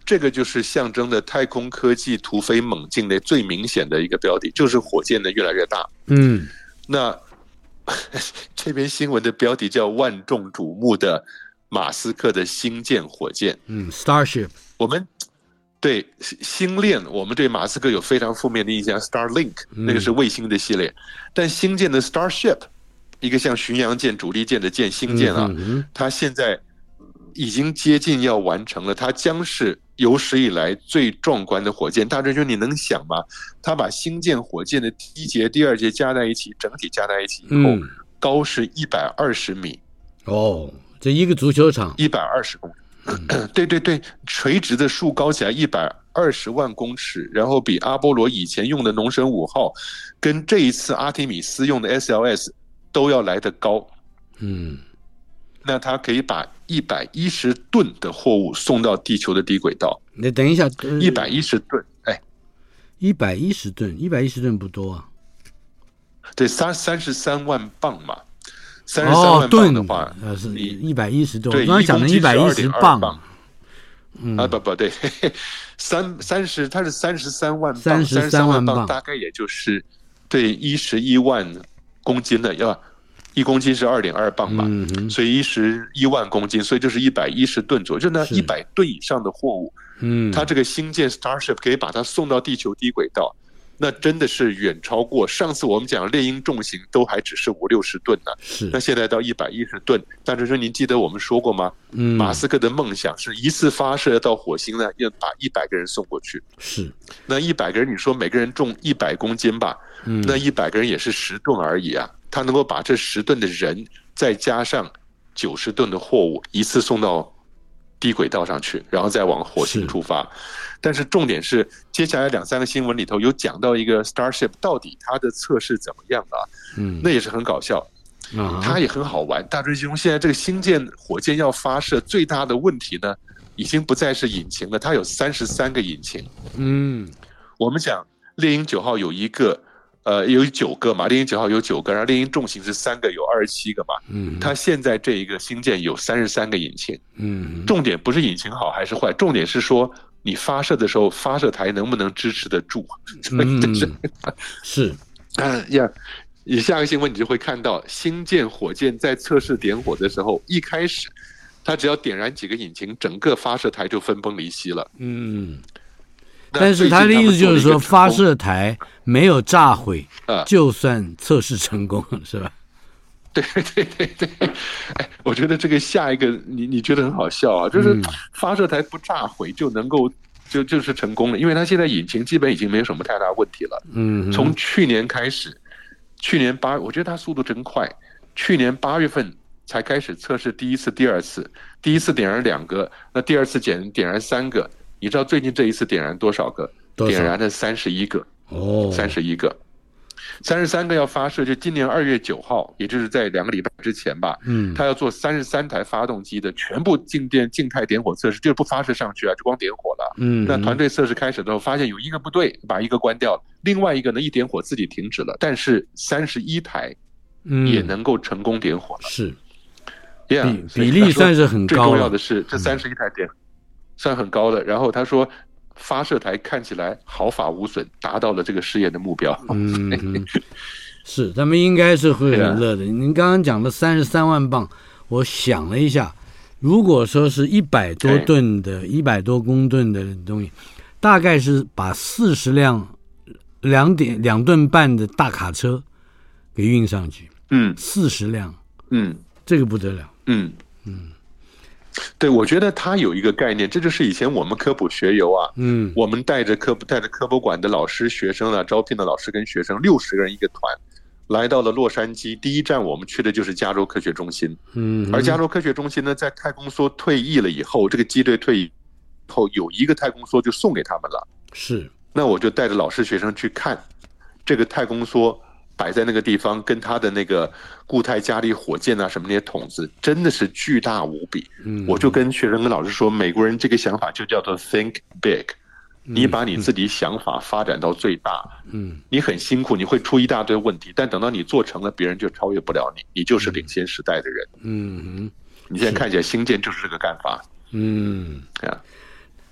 这个就是象征着太空科技突飞猛进的最明显的一个标的，就是火箭的越来越大。 嗯， 那这篇新闻的标题叫万众瞩目的马斯克的星舰火箭。 嗯 ，Starship。 我们对星链，我们对马斯克有非常负面的印象 ，Starlink 那个是卫星的系列，嗯、但星舰的 Starship， 一个像巡洋舰、主力舰的舰星舰啊，嗯、它现在已经接近要完成了，它将是有史以来最壮观的火箭。大追兄，你能想吗？它把星舰火箭的第一节、第二节加在一起，整体加在一起以后，嗯、高是一百二十米。 哦，这一个足球场， 一百二十公里。嗯、对对对，垂直的树高起来一百二十万公尺，然后比阿波罗以前用的农神五号，跟这一次阿提米斯用的 S L S 都要来得高。 嗯， 那它可以把一百一十吨的货物送到地球的低轨道。 你等一下， 一百一十吨，哎， 一百一十吨，一百一十吨不多啊。 对，三三十三万磅嘛。三十三万磅的话， 哦、呃是一百一十多， 对， 我刚才讲的一百一十磅， 嗯啊不不对，三三十它是三十三万磅， 三十三万磅大概也就是对一十一万公斤的，要一公斤是二点二磅嘛，嗯、所以一十一万公斤，所以就是一百一十吨左右，就那一百吨以上的货物，嗯，它这个星舰 Starship 可以把它送到地球低轨道。那真的是远超过上次我们讲猎鹰重型都还只是五六十吨呢， 是那现在到一百一十吨。大追兄，您记得我们说过吗？嗯，马斯克的梦想是一次发射到火星呢，要把一百个人送过去。 是， 那一百个人，你说每个人重一百公斤吧，嗯，那一百个人也是十吨而已啊。他能够把这十吨的人再加上九十吨的货物，一次送到低轨道上去，然后再往火星出发。但是重点是，接下来两三个新闻里头有讲到一个 Starship 到底它的测试怎么样啊？嗯，那也是很搞笑，嗯、它也很好玩。大追兄，现在这个星舰火箭要发射，最大的问题呢，已经不再是引擎了，它有三十三个引擎。嗯，我们讲猎鹰九号有一个，呃，有九个嘛，猎鹰九号有九个，然后猎鹰重型是三个，有二十七个嘛。嗯，它现在这一个星舰有三十三个引擎。嗯，重点不是引擎好还是坏，重点是说。你发射的时候，发射台能不能支持得住？ 嗯、是， 啊呀，以下个新闻你就会看到，星舰火箭在测试点火的时候，一开始它只要点燃几个引擎，整个发射台就分崩离析了。 嗯，但是他的意思就是说，发射台没有炸毁，啊、就算测试成功，是吧？ 对对对对，哎，我觉得这个下一个你你觉得很好笑啊，就是发射台不炸毁就能够就就是成功了，因为它现在引擎基本已经没有什么太大问题了。嗯，从去年开始，去年八，我觉得它速度真快，去年八月份才开始测试第一次、第二次，第一次点燃两个，那第二次点点燃三个，你知道最近这一次点燃多少个？点燃了三十一个。哦，三十一个。三十三个要发射，就今年二月九号，也就是在两个礼拜之前吧。嗯，他要做三十三台发动机的全部静电静态点火测试，就是不发射上去啊，就光点火了。嗯，那团队测试开始的时候，发现有一个不对，把一个关掉了，另外一个呢一点火自己停止了，但是三十一台也能够成功点火了。 嗯、是， yeah, 比比例算是很高。 最重要的是这三十一台点、嗯、算很高的。然后他说。发射台看起来毫发无损，达到了这个试验的目标。 嗯，是，他们应该是会很乐的。您刚刚讲的三十三万磅，我想了一下，如果说是一百多吨的、一百多公吨的东西，大概是把四十辆两点两吨半的大卡车给运上去。嗯，四十辆。嗯，这个不得了。 嗯嗯。对，我觉得他有一个概念，这就是以前我们科普学游啊，嗯，我们带着科带着科博馆的老师、学生啊，招聘的老师跟学生，六十个人一个团，来到了洛杉矶。第一站我们去的就是加州科学中心，嗯，而加州科学中心呢，在太空梭退役了以后，这个机队退役以后，有一个太空梭就送给他们了， 是， 那我就带着老师、学生去看这个太空梭。摆在那个地方，跟他的那个固态加力火箭啊，什么那些筒子，真的是巨大无比。嗯，我就跟学生跟老师说，美国人这个想法就叫做 think big，、嗯、你把你自己想法发展到最大。嗯，你很辛苦，你会出一大堆问题，但等到你做成了，别人就超越不了你，你就是领先时代的人。嗯，你现在看起来星舰就是这个干法。 嗯， 啊。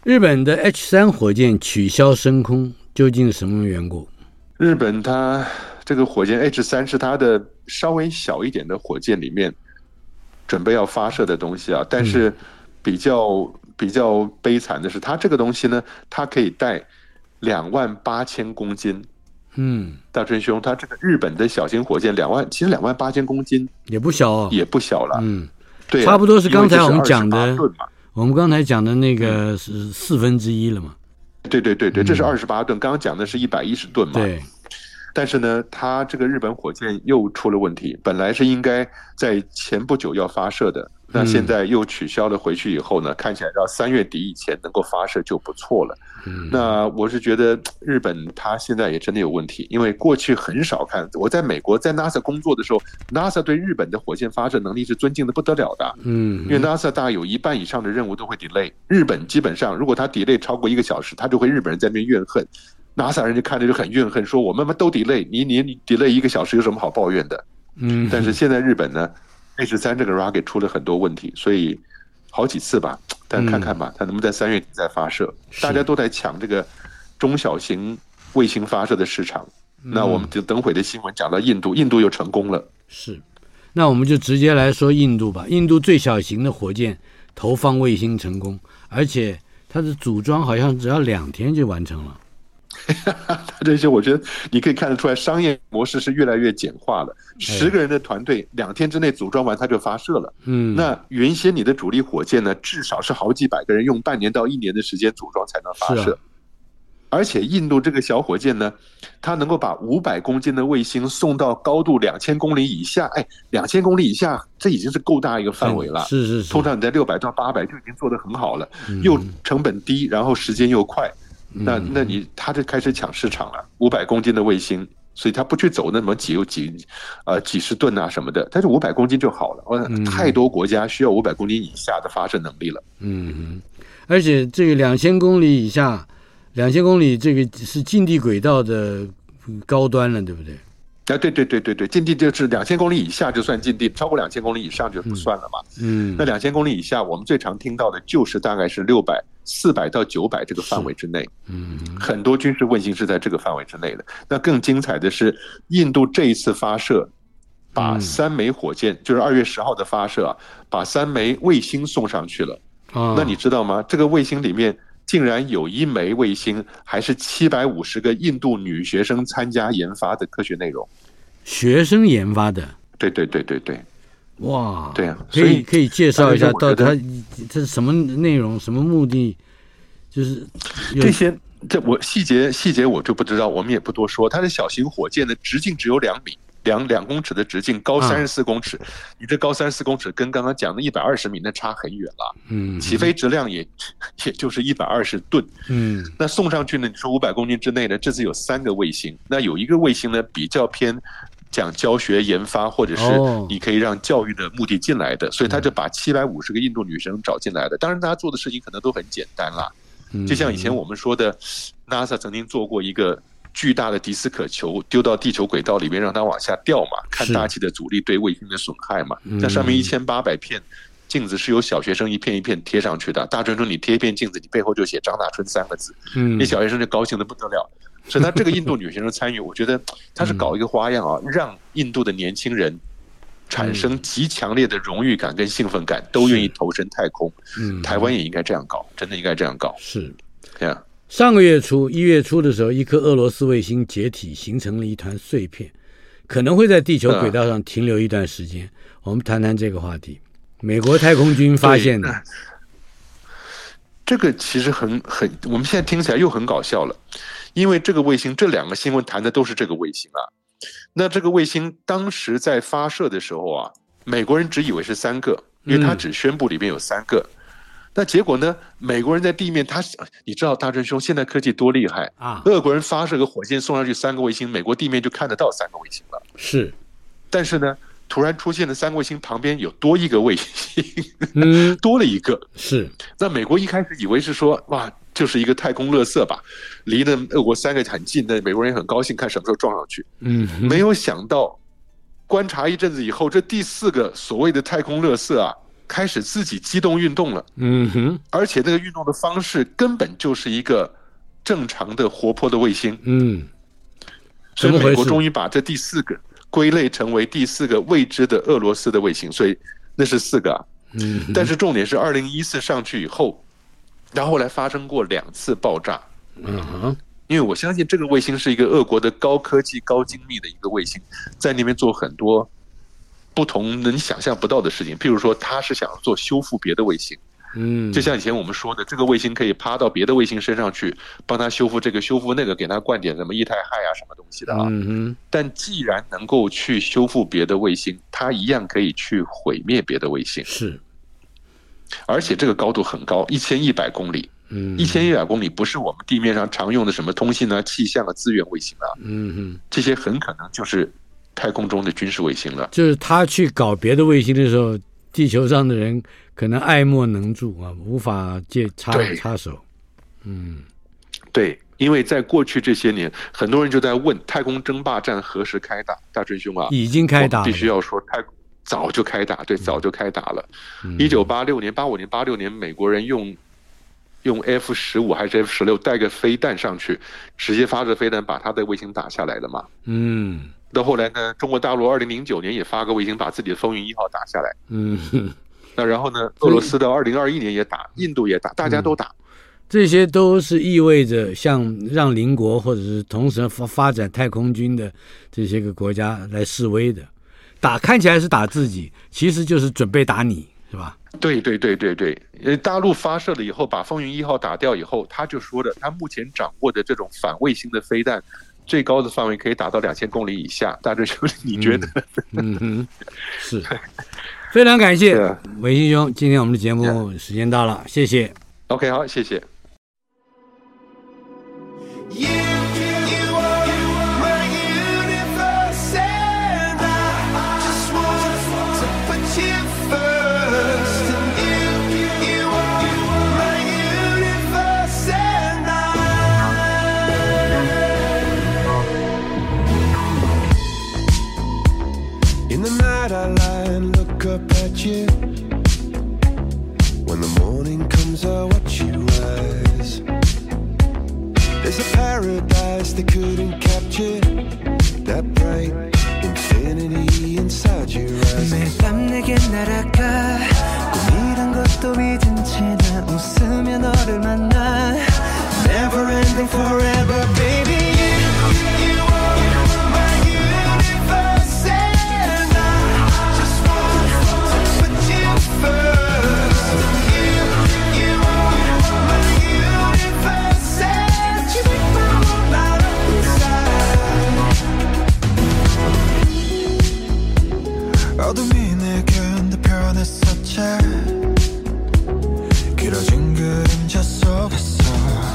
日本的 H 三 火箭取消升空，究竟是什么缘故？ 日本它这个火箭 H 三 是它的稍微小一点的火箭里面准备要发射的东西啊，但是比较、嗯、比较悲惨的是，它这个东西呢，它可以带两万八千公斤。嗯，大春兄，它这个日本的小型火箭两万，其实两万八千公斤也不小哦， 也不小了。 嗯， 对、啊， 差不多是刚才我们讲的，我们刚才讲的那个是四分之一了嘛。 对对对对，这是二十八吨，刚刚讲的是一百一十吨嘛。 对。 但是呢，它这个日本火箭又出了问题，本来是应该在前不久要发射的，那现在又取消了，回去以后呢，看起来到三月底以前能够发射就不错了。嗯，那我是觉得日本它现在也真的有问题，因为过去很少看，我在美国在 NASA 工作的时候 ，NASA 对日本的火箭发射能力是尊敬的不得了的。嗯，因为 NASA 大概有一半以上的任务都会 delay， 日本基本上如果它 delay 超过一个小时，它就会日本人在那边怨恨。NASA 人就看着就很怨恨，说我们都 delay， 你你你 delay 一个小时有什么好抱怨的？嗯，但是现在日本呢 ，H 三 这个 rocket 出了很多问题，所以好几次吧，但看看吧，它能不能在三月底再发射？大家都在抢这个中小型卫星发射的市场。那我们就等会的新闻讲到印度，印度又成功了。 是，那我们就直接来说印度吧。印度最小型的火箭投放卫星成功，而且它的组装好像只要两天就完成了。 这些我觉得你可以看得出来，商业模式是越来越简化了。十个人的团队两天之内组装完，它就发射了。嗯，那原先你的主力火箭呢，至少是好几百个人用半年到一年的时间组装才能发射。而且印度这个小火箭呢，它能够把五百公斤的卫星送到高度两千公里以下。哎，两千公里以下，这已经是够大一个范围了。 是是是， 通常你在六百到八百就已经做得很好了，又成本低，然后时间又快。那那你他就开始抢市场了，五百公斤的卫星，所以他不去走那么几几呃几十吨啊什么的，他就五百公斤就好了。嗯，太多国家需要五百公斤以下的发射能力了。 嗯，而且这个两千公里以下，两千公里这个是近地轨道的高端了，对不对？ 啊，对对对对对，近地就是两千公里以下就算近地，超过两千公里以上就不算了嘛。嗯，那两千公里以下，我们最常听到的就是大概是六百、四百到九百这个范围之内。嗯，很多军事卫星是在这个范围之内的。那更精彩的是，印度这一次发射，把三枚火箭，嗯、就是二月十号的发射啊，把三枚卫星送上去了。啊，那你知道吗？这个卫星里面竟然有一枚卫星还是七百五十个印度女学生参加研发的科学内容。 学生研发的？ 对对对对对。 哇， 对啊， 可以可以介绍一下到底它这是什么内容、什么目的？就是这些，这我细节细节我就不知道，我们也不多说。它的小型火箭的直径只有两米。两两公尺的直径，高三十四公尺，啊、你这高三十四公尺跟刚刚讲的一百二十米那差很远了。嗯，起飞质量也也就是一百二十吨。嗯，那送上去呢？你说五百公斤之内呢？这次有三个卫星，那有一个卫星呢比较偏讲教学研发，或者是你可以让教育的目的进来的，哦、所以他就把七百五十个印度女生找进来的。当然，大家做的事情可能都很简单啦，嗯、就像以前我们说的 ，NASA 曾经做过一个巨大的迪斯可球丢到地球轨道里面，让它往下掉嘛，看大气的阻力对卫星的损害嘛。那上面一千八百片镜子是由小学生一片一片贴上去的。大春说你贴一片镜子，你背后就写张大春三个字，嗯，那小学生就高兴的不得了。所以他这个印度女学生参与，我觉得他是搞一个花样啊，让印度的年轻人产生极强烈的荣誉感跟兴奋感，都愿意投身太空。嗯，台湾也应该这样搞，真的应该这样搞。 是， 这样。 上个月初，一月初的时候，一颗俄罗斯卫星解体，形成了一团碎片，可能会在地球轨道上停留一段时间。嗯、我们谈谈这个话题。美国太空军发现的， 这个其实很很，我们现在听起来又很搞笑了，因为这个卫星，这两个新闻谈的都是这个卫星啊。那这个卫星当时在发射的时候啊，美国人只以为是三个，因为他只宣布里面有三个。嗯，那结果呢？美国人在地面，他你知道大春兄现在科技多厉害啊！俄国人发射个火箭送上去三个卫星，美国地面就看得到三个卫星了。 是， 但是呢，突然出现的三个卫星旁边有多一个卫星，嗯，多了一个。 是， 那美国一开始以为是说，哇，就是一个太空垃圾吧，离那俄国三个很近，那美国人也很高兴，看什么时候撞上去。嗯，没有想到，观察一阵子以后，这第四个所谓的太空垃圾啊。 开始自己机动运动了， 嗯哼， 而且这个运动的方式根本就是一个正常的活泼的卫星， 嗯， 所以美国终于把这第四个归类成为第四个未知的俄罗斯的卫星，所以那是四个啊， 嗯， 但是重点是二零一四上去以后，然后后来发生过两次爆炸， 嗯哼， 因为我相信这个卫星是一个俄国的高科技、高精密的一个卫星，在那边做很多不同能想象不到的事情，譬如说他是想做修复别的卫星， 嗯， 就像以前我们说的，这个卫星可以趴到别的卫星身上去，帮他修复这个修复那个，给他灌点什么液态氦啊什么东西的啊。 嗯哼， 但既然能够去修复别的卫星，它一样可以去毁灭别的卫星。 是， 而且这个高度很高，一千一百公里。 嗯， 一千一百公里不是我们地面上常用的什么通信啊、气象啊、资源卫星啊， 嗯哼， 这些很可能就是太空中的军事卫星了。 就是他去搞别的卫星的时候，地球上的人可能爱莫能助啊，无法借插插手。嗯， 对，因为在过去这些年，很多人就在问太空争霸战何时开打。大春兄啊， 已经开打了， 必须要说太早就开打，对，早就开打了。一九八六年、八五年、八六年，美国人用用 F 十五还是 F 十六带个飞弹上去，直接发射飞弹把他的卫星打下来了嘛。 嗯。 到后来呢，中国大陆二零零九年也发个卫星，把自己的风云一号打下来。 嗯， 那然后呢，俄罗斯的二零二一年也打，印度也打，大家都打。 嗯，这些都是意味着像让邻国或者是同时发发展太空军的这些个国家来示威的，打看起来是打自己，其实就是准备打你，是吧？ 对对对对对，呃，大陆发射了以后，把风云一号打掉以后，他就说的，他目前掌握的这种反卫星的飞弹。最高的范围可以打到两千公里以下，大致兄，你觉得？ 嗯哼，是，非常感谢伟信兄，今天我们的节目时间到了，谢谢。 OK， 好，谢谢。 I lie and look up at you. When the morning comes, I watch you rise. There's a paradise they couldn't capture. That bright infinity inside your eyes. 매일 밤 내게 날아가. 꿈이란 것도 잊은 채 난 웃으며 너를 만나. Never ending forever, baby. 어둠이 내게 편했었지 길어진 그림자 속에서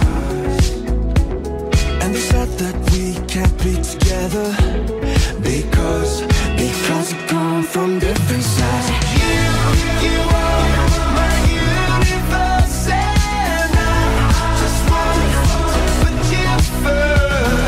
And they said that we can't be together Because, because we come from different sides You, you are my universe And I just want to put you first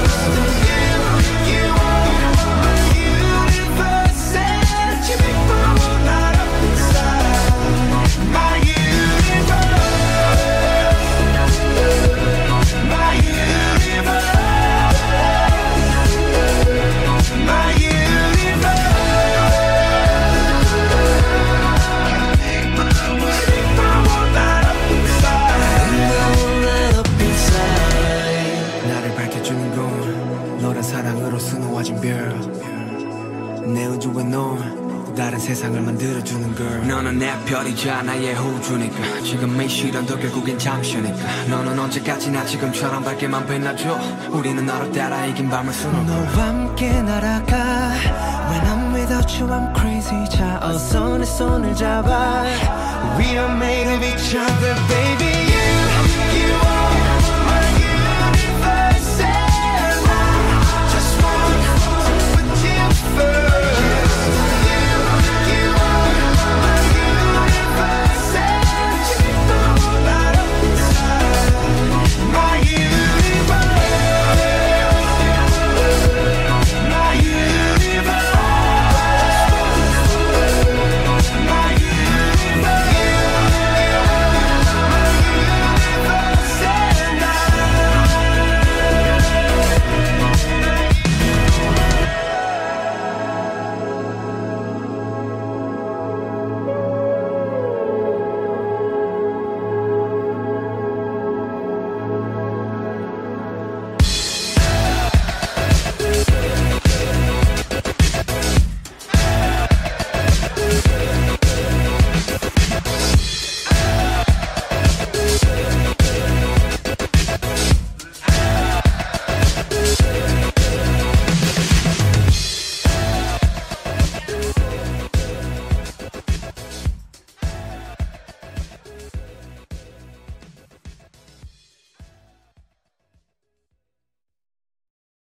다른 세상을 만들어주는 girl 너는 내 별이자 나의 호주니까 지금의 시련도 결국엔 잠시니까 너는 언제까지나 지금처럼 밝게만 빛나줘 우리는 너를 따라 이긴 밤을 수놓고 너와 함께 날아가 When I'm without you I'm crazy 자 어서 내 손을 잡아 We are made of each other baby